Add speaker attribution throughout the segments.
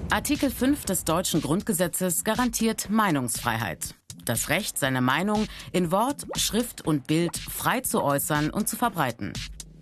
Speaker 1: Artikel 5 des deutschen Grundgesetzes garantiert Meinungsfreiheit. Das Recht, seine Meinung in Wort, Schrift und Bild frei zu äußern und zu verbreiten.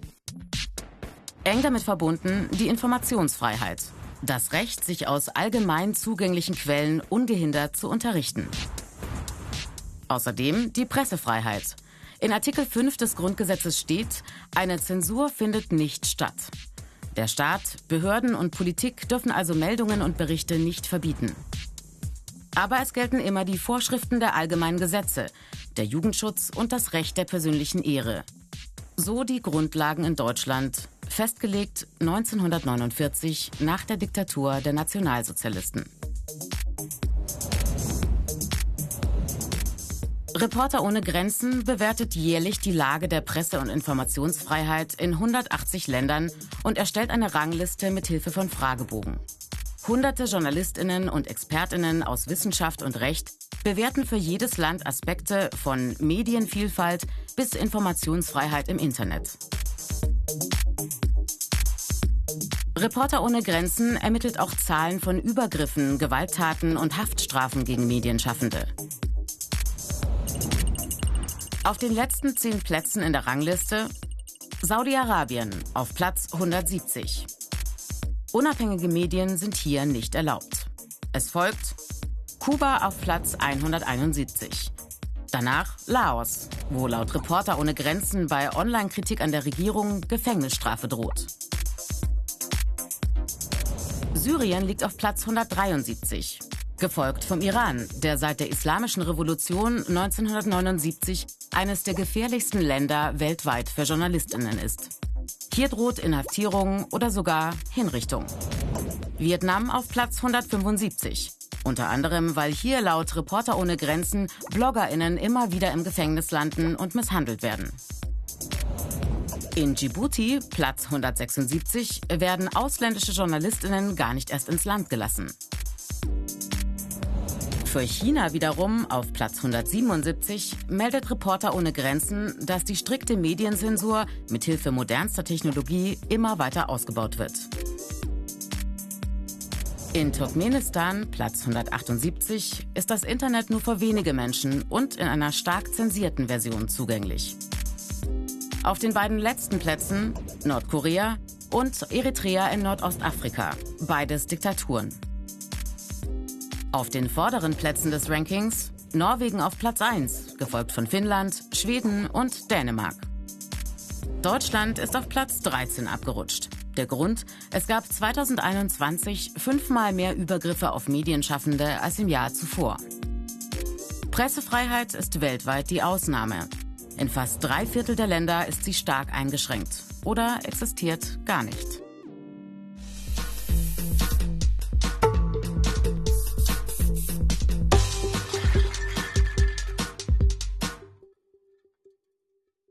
Speaker 1: Eng damit verbunden die Informationsfreiheit. Das Recht, sich aus allgemein zugänglichen Quellen ungehindert zu unterrichten. Außerdem die Pressefreiheit. In Artikel 5 des Grundgesetzes steht, eine Zensur findet nicht statt. Der Staat, Behörden und Politik dürfen also Meldungen und Berichte nicht verbieten. Aber es gelten immer die Vorschriften der allgemeinen Gesetze, der Jugendschutz und das Recht der persönlichen Ehre. So die Grundlagen in Deutschland, festgelegt 1949 nach der Diktatur der Nationalsozialisten. Reporter ohne Grenzen bewertet jährlich die Lage der Presse- und Informationsfreiheit in 180 Ländern und erstellt eine Rangliste mit Hilfe von Fragebogen. Hunderte JournalistInnen und ExpertInnen aus Wissenschaft und Recht bewerten für jedes Land Aspekte von Medienvielfalt bis Informationsfreiheit im Internet. Reporter ohne Grenzen ermittelt auch Zahlen von Übergriffen, Gewalttaten und Haftstrafen gegen Medienschaffende. Auf den letzten 10 Plätzen in der Rangliste Saudi-Arabien auf Platz 170. Unabhängige Medien sind hier nicht erlaubt. Es folgt Kuba auf Platz 171. Danach Laos, wo laut Reporter ohne Grenzen bei Online-Kritik an der Regierung Gefängnisstrafe droht. Syrien liegt auf Platz 173. Gefolgt vom Iran, der seit der Islamischen Revolution 1979 eines der gefährlichsten Länder weltweit für JournalistInnen ist. Hier droht Inhaftierung oder sogar Hinrichtung. Vietnam auf Platz 175. Unter anderem, weil hier laut Reporter ohne Grenzen BloggerInnen immer wieder im Gefängnis landen und misshandelt werden. In Djibouti, Platz 176, werden ausländische JournalistInnen gar nicht erst ins Land gelassen. Für China wiederum auf Platz 177 meldet Reporter ohne Grenzen, dass die strikte Medienzensur mithilfe modernster Technologie immer weiter ausgebaut wird. In Turkmenistan, Platz 178, ist das Internet nur für wenige Menschen und in einer stark zensierten Version zugänglich. Auf den beiden letzten Plätzen Nordkorea und Eritrea in Nordostafrika, beides Diktaturen. Auf den vorderen Plätzen des Rankings Norwegen auf Platz 1, gefolgt von Finnland, Schweden und Dänemark. Deutschland ist auf Platz 13 abgerutscht. Der Grund, es gab 2021 5-mal mehr Übergriffe auf Medienschaffende als im Jahr zuvor. Pressefreiheit ist weltweit die Ausnahme. In fast 3/4 der Länder ist sie stark eingeschränkt oder existiert gar nicht.